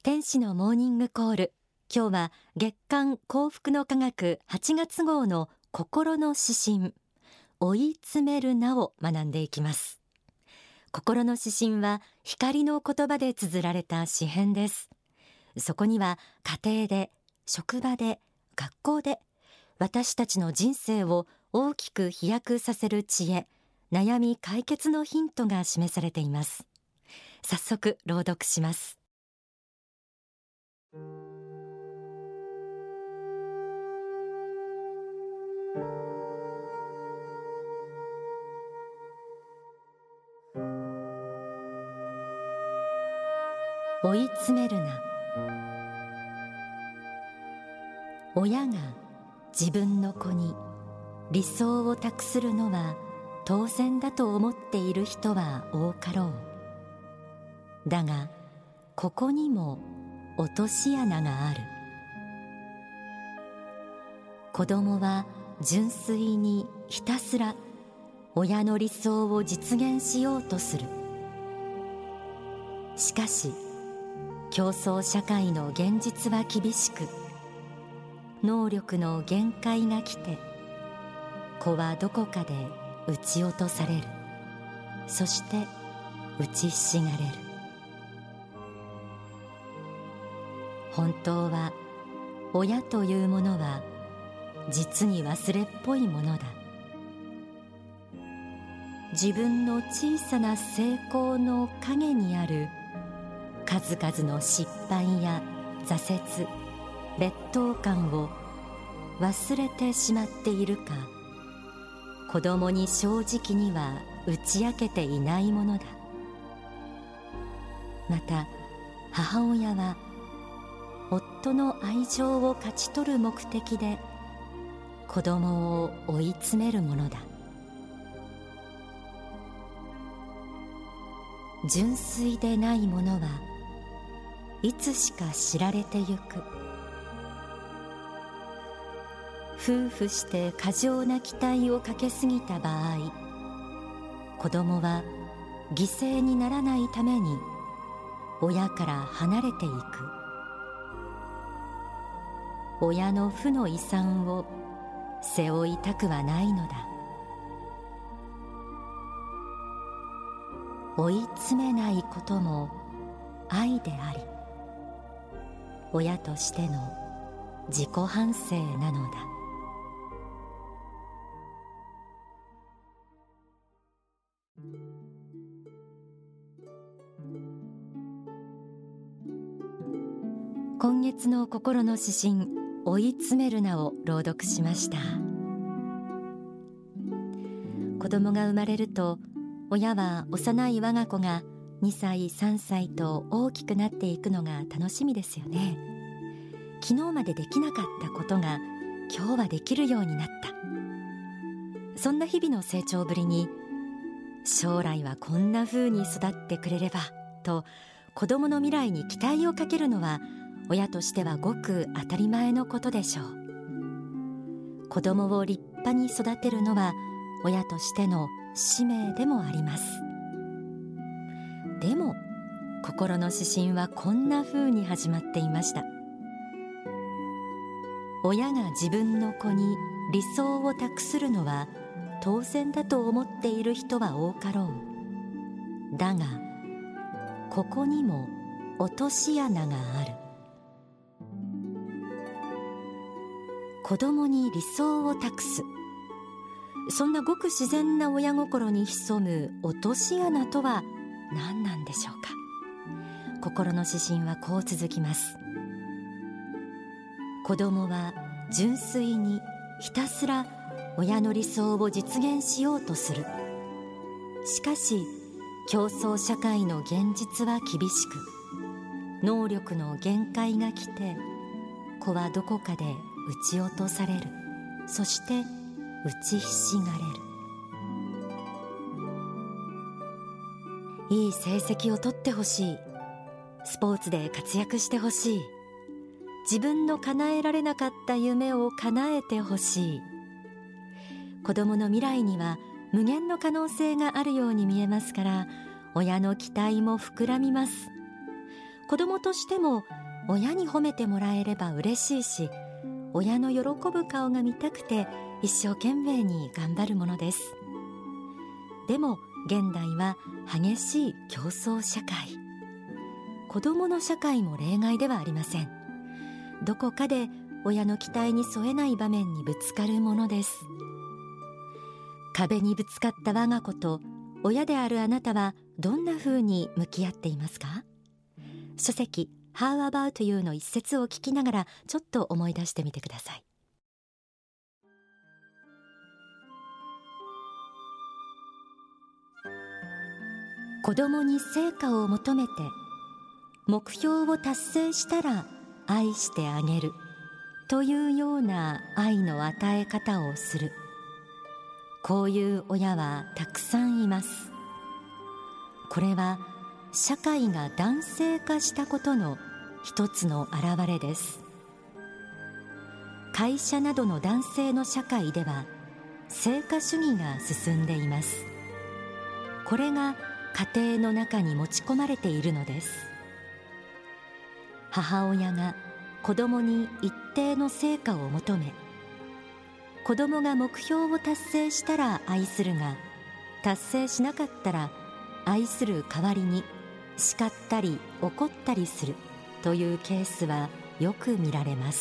天使のモーニングコール。今日は月刊幸福の科学8月号の心の指針、追い詰めるなを学んでいきます。心の指針は光の言葉で綴られた詩編です。そこには家庭で、職場で、学校で私たちの人生を大きく飛躍させる知恵、悩み解決のヒントが示されています。早速朗読します。追い詰めるな。親が自分の子に理想を託するのは当然だと思っている人は多かろう。だがここにも落とし穴がある。子供は純粋にひたすら親の理想を実現しようとする。しかし競争社会の現実は厳しく、能力の限界が来て子はどこかで撃ち落とされる。そして打ちひしがれる。本当は親というものは実に忘れっぽいものだ。自分の小さな成功の陰にある数々の失敗や挫折、劣等感を忘れてしまっているか、子供に正直には打ち明けていないものだ。また母親は夫の愛情を勝ち取る目的で子供を追い詰めるものだ。純粋でないものはいつしか知られてゆく。夫婦して過剰な期待をかけすぎた場合、子供は犠牲にならないために親から離れていく。親の負の遺産を背負いたくはないのだ。追い詰めないことも愛であり、親としての自己反省なのだ。今月の心の指針、追い詰めるなを朗読しました。子供が生まれると、親は幼い我が子が2歳3歳と大きくなっていくのが楽しみですよね。昨日までできなかったことが今日はできるようになった。そんな日々の成長ぶりに、将来はこんな風に育ってくれればと子供の未来に期待をかけるのは親としてはごく当たり前のことでしょう。子供を立派に育てるのは親としての使命でもあります。でも心の指針はこんな風に始まっていました。親が自分の子に理想を託するのは当然だと思っている人は多かろう。だがここにも落とし穴がある。子供に理想を託す、そんなごく自然な親心に潜む落とし穴とは何なんでしょうか。心の指針はこう続きます。子供は純粋にひたすら親の理想を実現しようとする。しかし競争社会の現実は厳しく、能力の限界が来て子はどこかで撃ち落とされる。そして打ちひしがれる。いい成績を取ってほしい。スポーツで活躍してほしい。自分の叶えられなかった夢を叶えてほしい。子供の未来には無限の可能性があるように見えますから、親の期待も膨らみます。 子供としても親に褒めてもらえれば嬉しいし、親の喜ぶ顔が見たくて一生懸命に頑張るものです。でも現代は激しい競争社会、子供の社会も例外ではありません。どこかで親の期待に添えない場面にぶつかるものです。壁にぶつかった我が子と親であるあなたはどんな風に向き合っていますか？書籍 How about you の一節を聞きながらちょっと思い出してみてください。子供に成果を求めて目標を達成したら愛してあげるというような愛の与え方をする、こういう親はたくさんいます。これは社会が男性化したことの一つの表れです。会社などの男性の社会では成果主義が進んでいます。これが家庭の中に持ち込まれているのです。母親が子供に一定の成果を求め、子供が目標を達成したら愛するが、達成しなかったら愛する代わりに叱ったり怒ったりするというケースはよく見られます。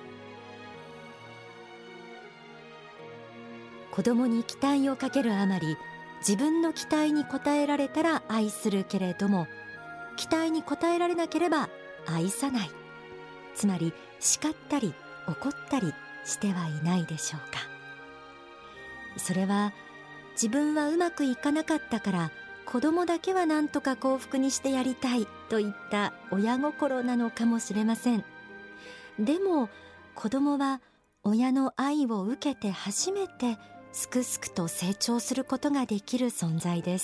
子供に期待をかけるあまり、自分の期待に応えられたら愛するけれども、期待に応えられなければ愛さない、つまり叱ったり怒ったりしてはいないでしょうか。それは自分はうまくいかなかったから子供だけは何とか幸福にしてやりたいといった親心なのかもしれません。でも子供は親の愛を受けて初めてすくすくと成長することができる存在です。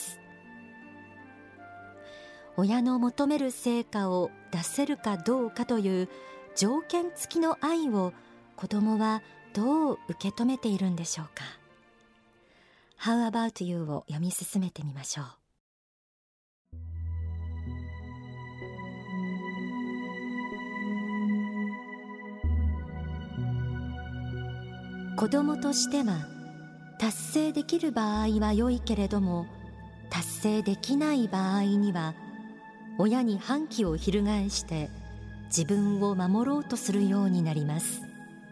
親の求める成果を出せるかどうかという条件付きの愛を子供はどう受け止めているんでしょうか。 How about you を読み進めてみましょう。子供としては達成できる場合は良いけれども、達成できない場合には親に反旗を翻して自分を守ろうとするようになります。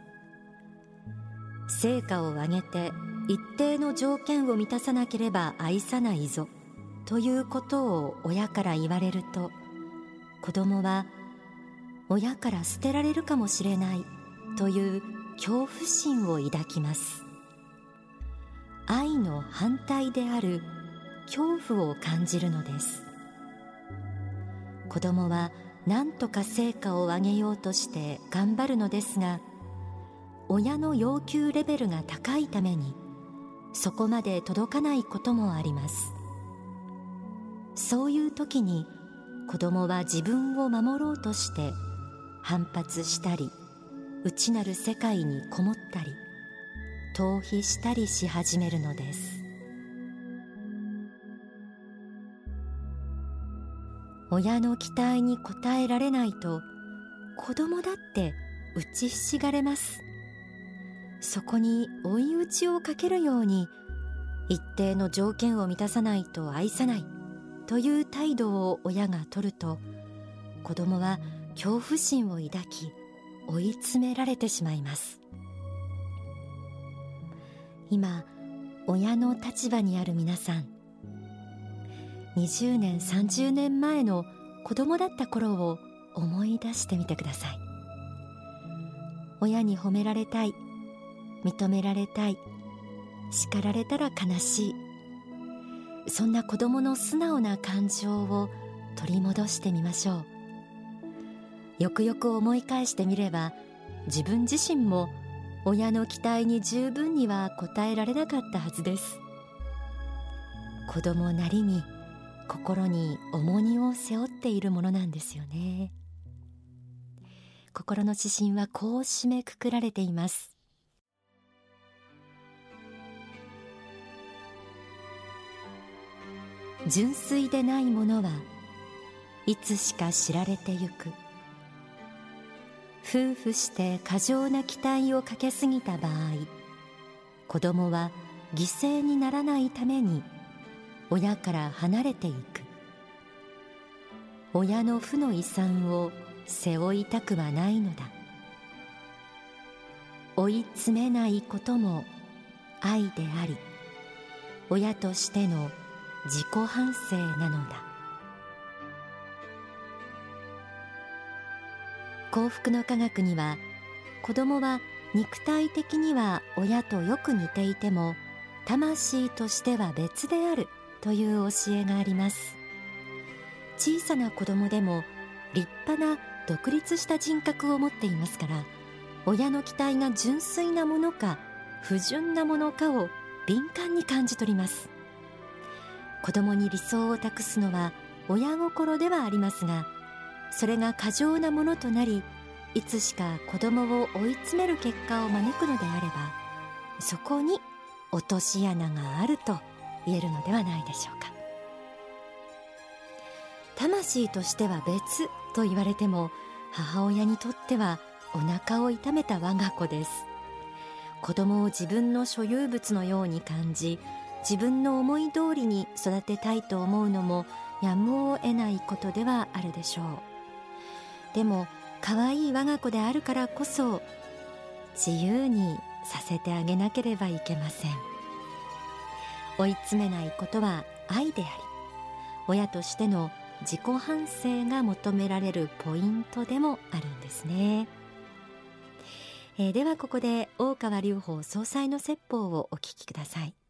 成果を上げて一定の条件を満たさなければ愛さないぞということを親から言われると、子供は親から捨てられるかもしれないという恐怖心を抱きます。愛の反対である恐怖を感じるのです。子供は何とか成果を上げようとして頑張るのですが、親の要求レベルが高いためにそこまで届かないこともあります。そういう時に子供は自分を守ろうとして反発したり、内なる世界にこもったり逃避したりし始めるのです。親の期待に応えられないと子供だって打ちひしがれます。そこに追い打ちをかけるように、一定の条件を満たさないと愛さないという態度を親が取ると、子供は恐怖心を抱き追い詰められてしまいます。今親の立場にある皆さん、20年30年前の子供だった頃を思い出してみてください。親に褒められたい、認められたい、叱られたら悲しい、そんな子供の素直な感情を取り戻してみましょう。よくよく思い返してみれば、自分自身も親の期待に十分には応えられなかったはずです。子供なりに心に重荷を背負っているものなんですよね。心の指針はこう締めくくられています。純粋でないものはいつしか知られてゆく。夫婦して過剰な期待をかけすぎた場合、子供は犠牲にならないために親から離れていく。親の負の遺産を背負いたくはないのだ。追い詰めないことも愛であり、親としての自己反省なのだ。幸福の科学には、子供は肉体的には親とよく似ていても魂としては別であるという教えがあります。小さな子供でも立派な独立した人格を持っていますから、親の期待が純粋なものか不純なものかを敏感に感じ取ります。子供に理想を託すのは親心ではありますが、それが過剰なものとなり、いつしか子供を追い詰める結果を招くのであれば、そこに落とし穴があると言えるのではないでしょうか。魂としては別と言われても、母親にとってはお腹を痛めた我が子です。子供を自分の所有物のように感じ、自分の思い通りに育てたいと思うのもやむを得ないことではあるでしょう。でも可愛い我が子であるからこそ、自由にさせてあげなければいけません。追い詰めないことは愛であり、親としての自己反省が求められるポイントでもあるんですね。ではここで大川隆法総裁の説法をお聞きください。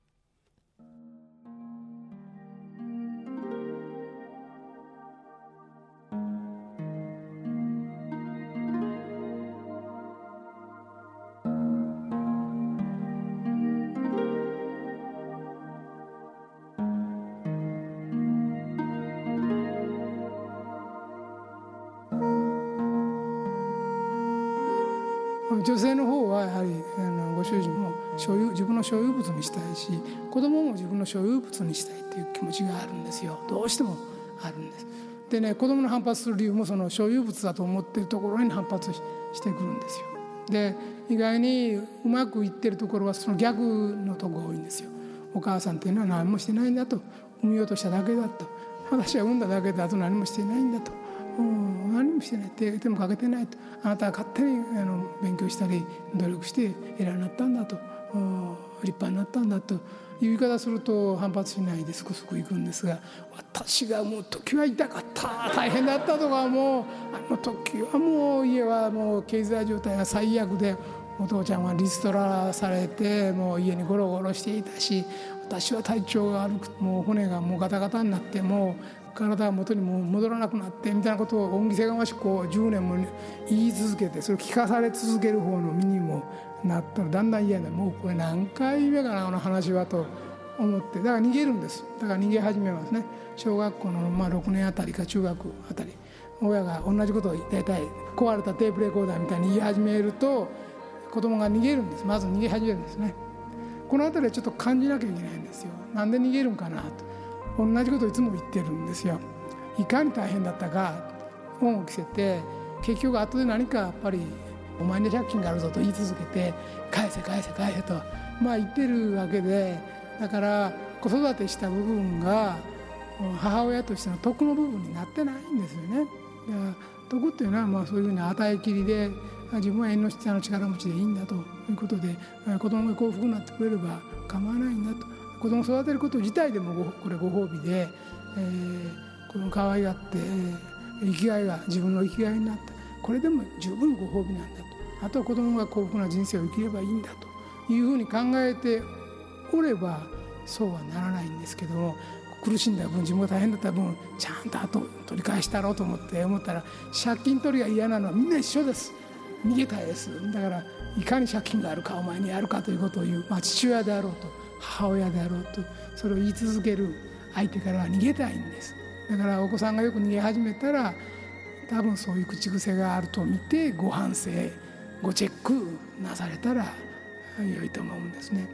女性の方はやはりご主人も自分の所有物にしたいし、子供も自分の所有物にしたいという気持ちがあるんですよ。どうしてもあるんです。でね、子供の反発する理由もその所有物だと思っているところに反発してくるんですよ。で、意外にうまくいってるところはその逆のところが多いんですよ。お母さんっていうのは何もしてないんだと、産みようとしただけだと、私は産んだだけであと何もしていないんだと、何もしてない、手もかけてないと、あなたは勝手に勉強したり努力して偉いになったんだと、立派になったんだという言い方すると反発しないですくすくいくんですが、私がもう時は痛かった、大変だったとか、もうあの時はもう家はもう経済状態が最悪で、お父ちゃんはリストラされてもう家にゴロゴロしていたし、私は体調が悪くてもう骨がもうガタガタになって、もう体が元にも戻らなくなってみたいなことを恩着せがましくこう10年も言い続けて、それを聞かされ続ける方の身にもなったらだんだん嫌で、もうこれ何回目かな、あの話はと思って、だから逃げるんです。だから逃げ始めますね。小学校の6年あたりか中学あたり、親が同じことを大体壊れたテープレコーダーみたいに言い始めると、子供が逃げるんです。まず逃げ始めるんですね。このあたりはちょっと感じなきゃいけないんですよ。なんで逃げるんかなと。同じことをいつも言ってるんですよ。いかに大変だったか恩を着せて、結局後で何かやっぱりお前に借金があるぞと言い続けて、返せ返せ返せと言ってるわけで、だから子育てした部分が母親としての徳の部分になってないんですよね。だから徳っていうのはそういうふうな与えきりで、自分は縁の下の力持ちでいいんだということで、子供が幸福になってくれれば構わないんだと。子供を育てること自体でもこれご褒美で、子供を可愛がって、生きがいが自分の生きがいになった、これでも十分ご褒美なんだと。あとは子供が幸福な人生を生きればいいんだというふうに考えておればそうはならないんですけども、苦しんだ分、自分が大変だった分、ちゃんと後取り返したろうと思ったら、借金取りが嫌なのはみんな一緒です。逃げたいです。だからいかに借金があるかお前にあるかということを言う、父親であろうと母親であろうと、それを言い続ける相手からは逃げたいんです。だからお子さんがよく逃げ始めたら、多分そういう口癖があると見て、ご反省ごチェックなされたら良いと思うんですね。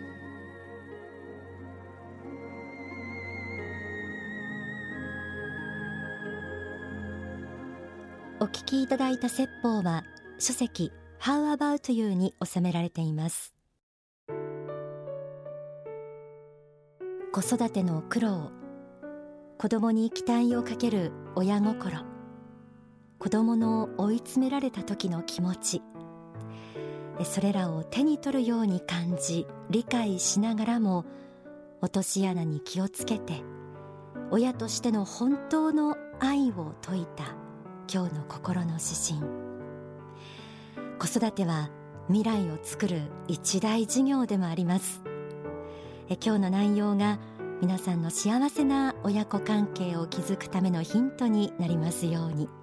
お聞きいただいた説法は書籍 How About You に収められています。子育ての苦労、子供に期待をかける親心、子供の追い詰められた時の気持ち、それらを手に取るように感じ理解しながらも、落とし穴に気をつけて親としての本当の愛を説いた今日の心の指針。子育ては未来を作る一大事業でもあります。今日の内容が皆さんの幸せな親子関係を築くためのヒントになりますように。